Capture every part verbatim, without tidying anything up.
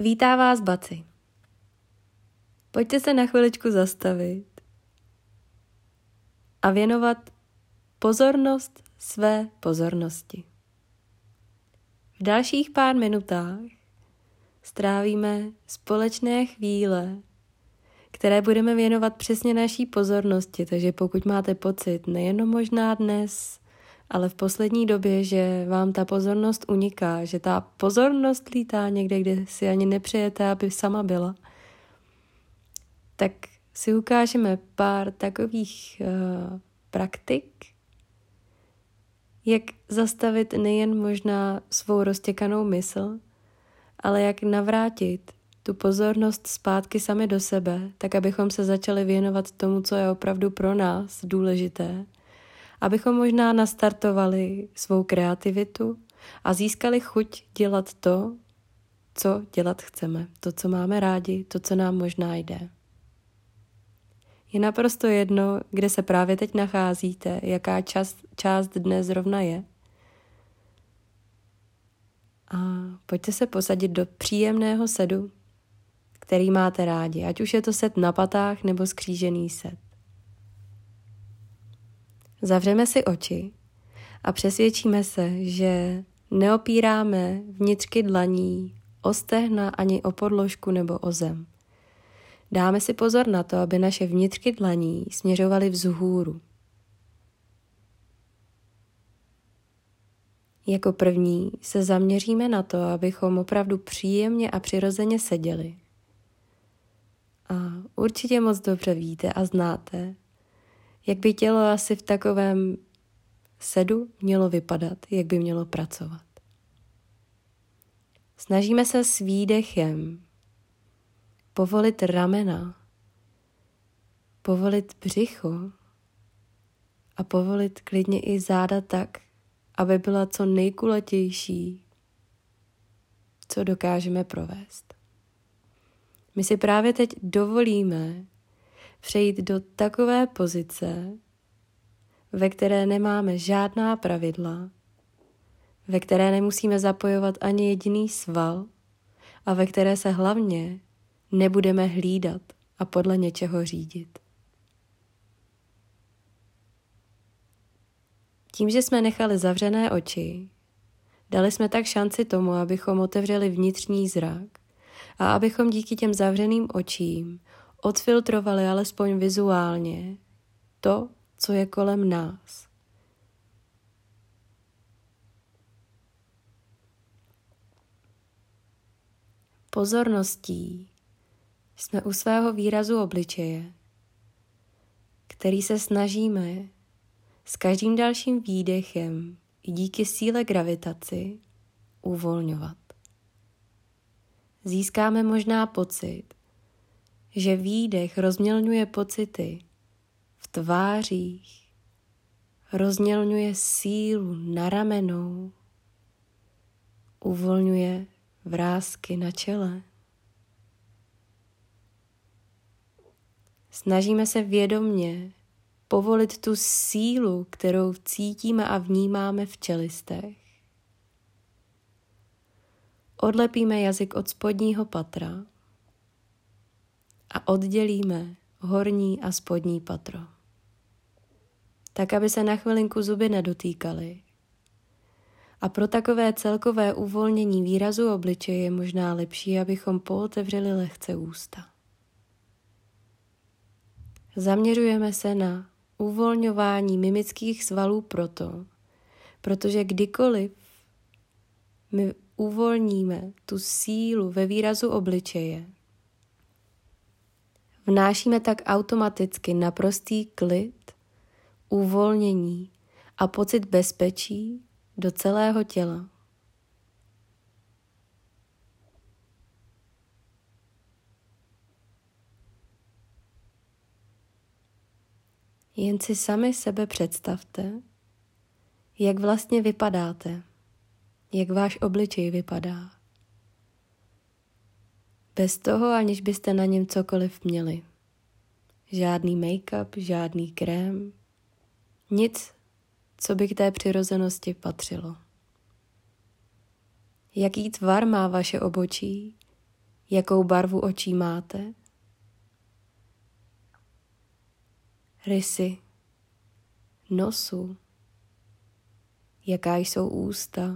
Vítá vás Baci. Pojďte se na chviličku zastavit a věnovat pozornost své pozornosti. V dalších pár minutách strávíme společné chvíle, které budeme věnovat přesně naší pozornosti, takže pokud máte pocit, nejenom možná dnes, ale v poslední době, že vám ta pozornost uniká, že ta pozornost lítá někde, kde si ani nepřejete, aby sama byla, tak si ukážeme pár takových uh, praktik, jak zastavit nejen možná svou roztěkanou mysl, ale jak navrátit tu pozornost zpátky sami do sebe, tak abychom se začali věnovat tomu, co je opravdu pro nás důležité, abychom možná nastartovali svou kreativitu a získali chuť dělat to, co dělat chceme, to, co máme rádi, to, co nám možná jde. Je naprosto jedno, kde se právě teď nacházíte, jaká část, část dne zrovna je. A pojďte se posadit do příjemného sedu, který máte rádi, ať už je to set na patách nebo skřížený set. Zavřeme si oči a přesvědčíme se, že neopíráme vnitřky dlaní o stehna ani o podložku nebo o zem. Dáme si pozor na to, aby naše vnitřky dlaní směřovaly vzhůru. Jako první se zaměříme na to, abychom opravdu příjemně a přirozeně seděli. A určitě moc dobře víte a znáte, jak by tělo asi v takovém sedu mělo vypadat, jak by mělo pracovat. Snažíme se s výdechem povolit ramena, povolit břicho a povolit klidně i záda tak, aby byla co nejkulatější, co dokážeme provést. My si právě teď dovolíme přejít do takové pozice, ve které nemáme žádná pravidla, ve které nemusíme zapojovat ani jediný sval a ve které se hlavně nebudeme hlídat a podle něčeho řídit. Tím, že jsme nechali zavřené oči, dali jsme tak šanci tomu, abychom otevřeli vnitřní zrak a abychom díky těm zavřeným očím odfiltrovali alespoň vizuálně to, co je kolem nás. Pozorností jsme u svého výrazu obličeje, který se snažíme s každým dalším výdechem i díky síle gravitaci uvolňovat. Získáme možná pocit, že výdech rozmělňuje pocity v tvářích, rozmělňuje sílu na ramenou, uvolňuje vrásky na čele. Snažíme se vědomně povolit tu sílu, kterou cítíme a vnímáme v čelistech. Odlepíme jazyk od spodního patra a oddělíme horní a spodní patro. Tak, aby se na chvilinku zuby nedotýkaly. A pro takové celkové uvolnění výrazu obličeje je možná lepší, abychom pootevřeli lehce ústa. Zaměřujeme se na uvolňování mimických svalů proto, protože kdykoliv my uvolníme tu sílu ve výrazu obličeje, vnášíme tak automaticky naprostý klid, uvolnění a pocit bezpečí do celého těla. Jen si sami sebe představte, jak vlastně vypadáte, jak váš obličej vypadá. Bez toho, aniž byste na něm cokoliv měli. Žádný make-up, žádný krém, nic, co by k té přirozenosti patřilo. Jaký tvar má vaše obočí, Jakou barvu očí máte? Rysy nosu. Jaká jsou ústa?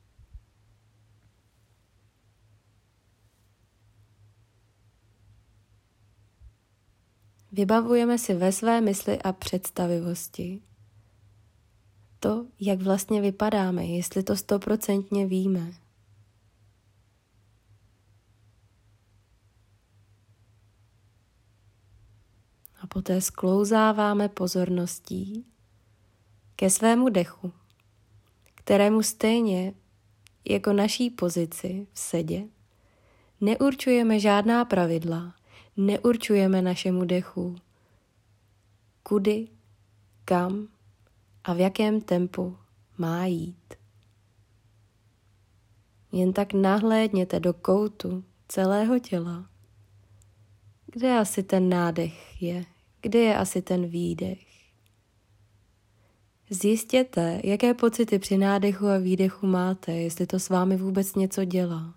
Vybavujeme si ve své mysli a představivosti to, jak vlastně vypadáme, jestli to stoprocentně víme. A poté sklouzáváme pozorností ke svému dechu, kterému stejně jako naší pozici v sedě neurčujeme žádná pravidla, neurčujeme našemu dechu, kudy, kam a v jakém tempu má jít. Jen tak nahlédněte do koutu celého těla, kde asi ten nádech je, kde je asi ten výdech. Zjistěte, jaké pocity při nádechu a výdechu máte, jestli to s vámi vůbec něco dělá.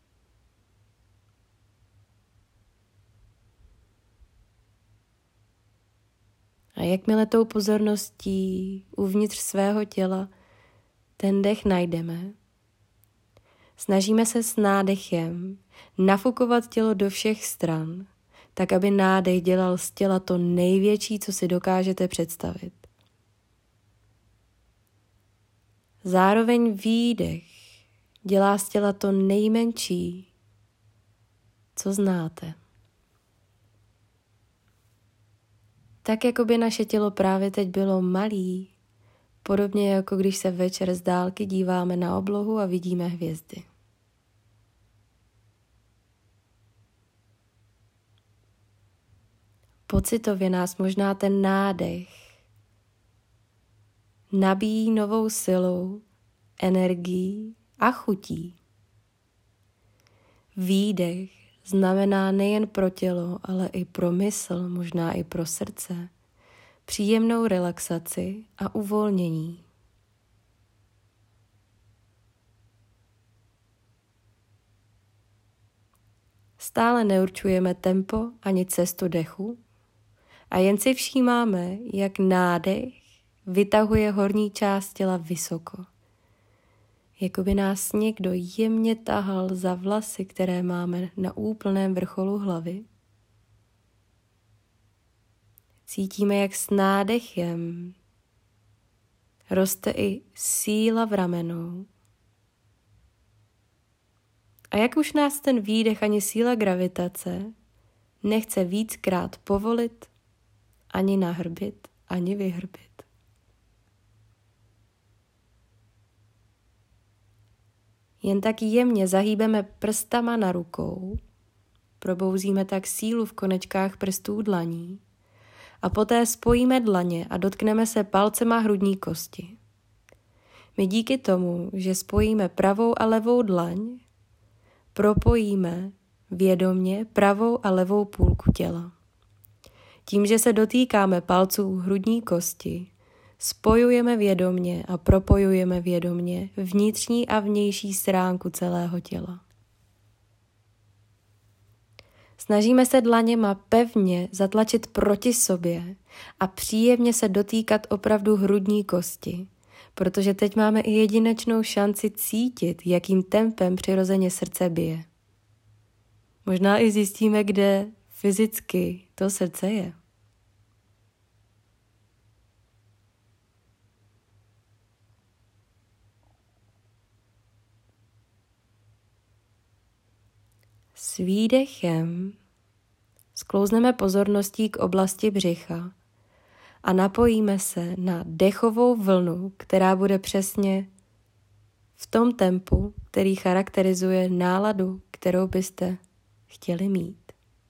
A jakmile tou pozorností uvnitř svého těla ten dech najdeme, snažíme se s nádechem nafukovat tělo do všech stran, tak aby nádech dělal z těla to největší, co si dokážete představit. Zároveň výdech dělá z těla to nejmenší, co znáte. Tak, jako by naše tělo právě teď bylo malý, podobně jako když se večer z dálky díváme na oblohu a vidíme hvězdy. Pocitově nás možná ten nádech nabíjí novou silou, energií a chutí. Výdech znamená nejen pro tělo, ale i pro mysl, možná i pro srdce, příjemnou relaxaci a uvolnění. Stále neurčujeme tempo ani cestu dechu a jen si všímáme, jak nádech vytahuje horní část těla vysoko. Jako by nás někdo jemně tahal za vlasy, které máme na úplném vrcholu hlavy. Cítíme, jak s nádechem roste i síla v ramenou. A jak už nás ten výdech ani síla gravitace nechce víckrát povolit, ani nahrbit, ani vyhrbit. Jen tak jemně zahýbeme prstama na rukou, probouzíme tak sílu v konečkách prstů dlaní a poté spojíme dlaně a dotkneme se palcema hrudní kosti. My díky tomu, že spojíme pravou a levou dlaň, propojíme vědomě pravou a levou půlku těla. Tím, že se dotýkáme palců hrudní kosti, spojujeme vědomě a propojujeme vědomě vnitřní a vnější stránku celého těla. Snažíme se dlaněma pevně zatlačit proti sobě a příjemně se dotýkat opravdu hrudní kosti, protože teď máme i jedinečnou šanci cítit, jakým tempem přirozeně srdce bije. Možná i zjistíme, kde fyzicky to srdce je. S výdechem sklouzneme pozorností k oblasti břicha a napojíme se na dechovou vlnu, která bude přesně v tom tempu, který charakterizuje náladu, kterou byste chtěli mít.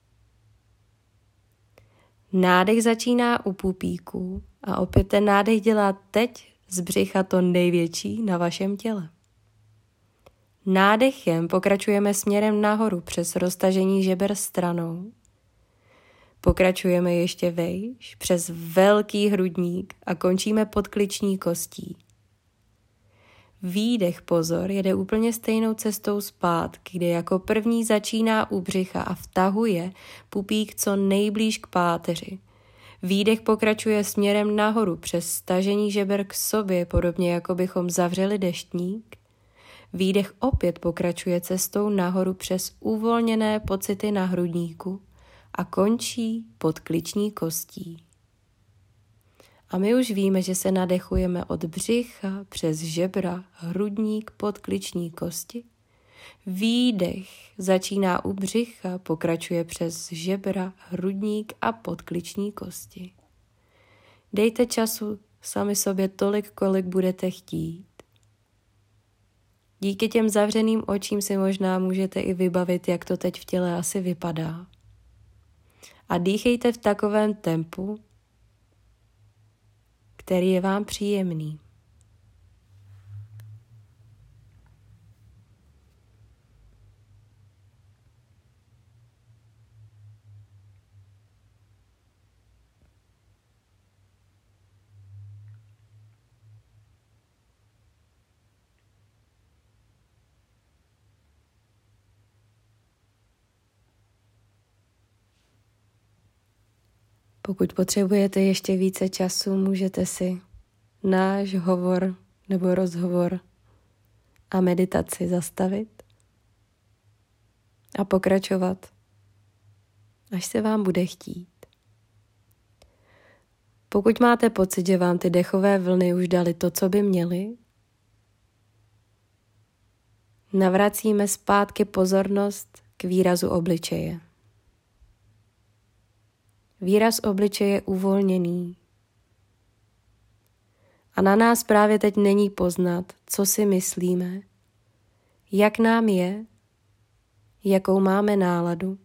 Nádech začíná u pupíku a opět ten nádech dělá teď z břicha to největší na vašem těle. Nádechem pokračujeme směrem nahoru přes roztažení žeber stranou. Pokračujeme ještě vejš přes velký hrudník a končíme pod kliční kostí. Výdech, pozor, jede úplně stejnou cestou zpátky, kde jako první začíná u břicha a vtahuje pupík co nejblíž k páteři. Výdech pokračuje směrem nahoru přes stažení žeber k sobě, podobně jako bychom zavřeli deštník. Výdech opět pokračuje cestou nahoru přes uvolněné pocity na hrudníku a končí pod kliční kostí. A my už víme, že se nadechujeme od břicha přes žebra, hrudník, pod kliční kosti. Výdech začíná u břicha, pokračuje přes žebra, hrudník a podkliční kosti. Dejte času sami sobě tolik, kolik budete chtít. Díky těm zavřeným očím si možná můžete i vybavit, jak to teď v těle asi vypadá. A dýchejte v takovém tempu, který je vám příjemný. Pokud potřebujete ještě více času, můžete si náš hovor nebo rozhovor a meditaci zastavit a pokračovat, až se vám bude chtít. Pokud máte pocit, že vám ty dechové vlny už dali to, co by měly, navracíme zpátky pozornost k výrazu obličeje. Výraz obličeje je uvolněný. A na nás právě teď není poznat, co si myslíme, jak nám je, jakou máme náladu.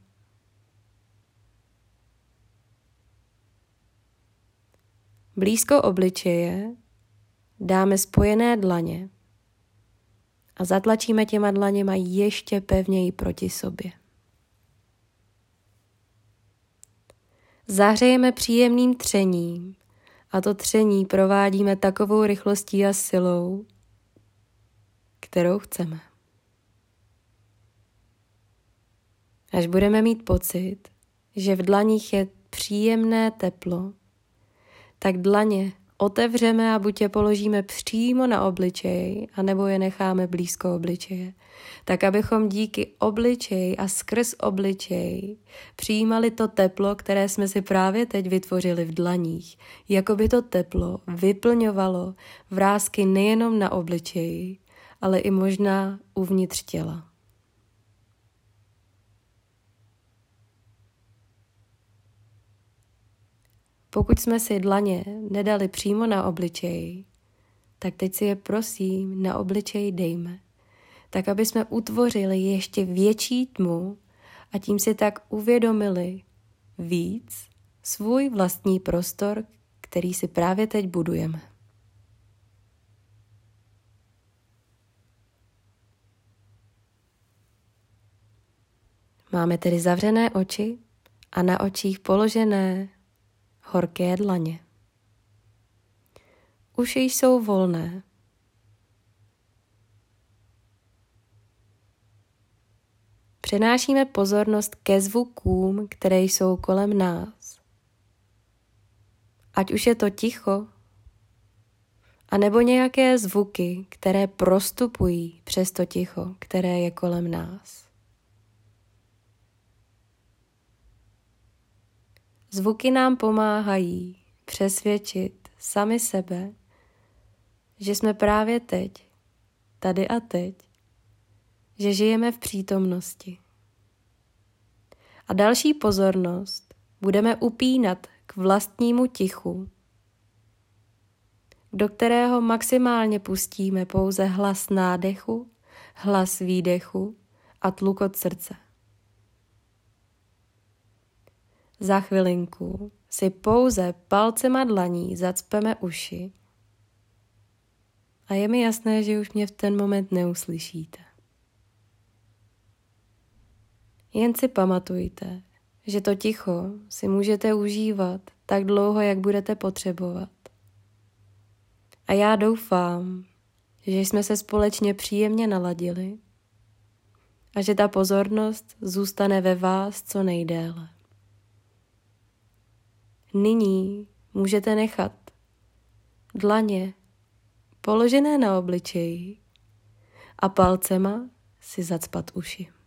Blízko obličeje dáme spojené dlaně a zatlačíme těma dlaněma ještě pevněji proti sobě. Zahřejeme příjemným třením a to tření provádíme takovou rychlostí a silou, kterou chceme. Až budeme mít pocit, že v dlaních je příjemné teplo, tak dlaně otevřeme a buď je položíme přímo na obličej, anebo je necháme blízko obličeje, tak abychom díky obličeji a skrz obličej přijímali to teplo, které jsme si právě teď vytvořili v dlaních. Jako by to teplo vyplňovalo vrásky nejenom na obličeji, ale i možná uvnitř těla. Pokud jsme si dlaně nedali přímo na obličej, tak teď si je prosím na obličej dejme, tak aby jsme utvořili ještě větší tmu a tím si tak uvědomili víc svůj vlastní prostor, který si právě teď budujeme. Máme tedy zavřené oči a na očích položené horké dlaně. Uši jsou volné. Přenášíme pozornost ke zvukům, které jsou kolem nás. Ať už je to ticho, anebo nějaké zvuky, které prostupují přes to ticho, které je kolem nás. Zvuky nám pomáhají přesvědčit sami sebe, že jsme právě teď, tady a teď, že žijeme v přítomnosti. A další pozornost budeme upínat k vlastnímu tichu, do kterého maximálně pustíme pouze hlas nádechu, hlas výdechu a tlukot srdce. Za chvilinku si pouze palcema dlaní zacpeme uši a je mi jasné, že už mě v ten moment neuslyšíte. Jen si pamatujte, že to ticho si můžete užívat tak dlouho, jak budete potřebovat. A já doufám, že jsme se společně příjemně naladili a že ta pozornost zůstane ve vás co nejdéle. Nyní můžete nechat dlaně položené na obličeji a palcema si zacpat uši.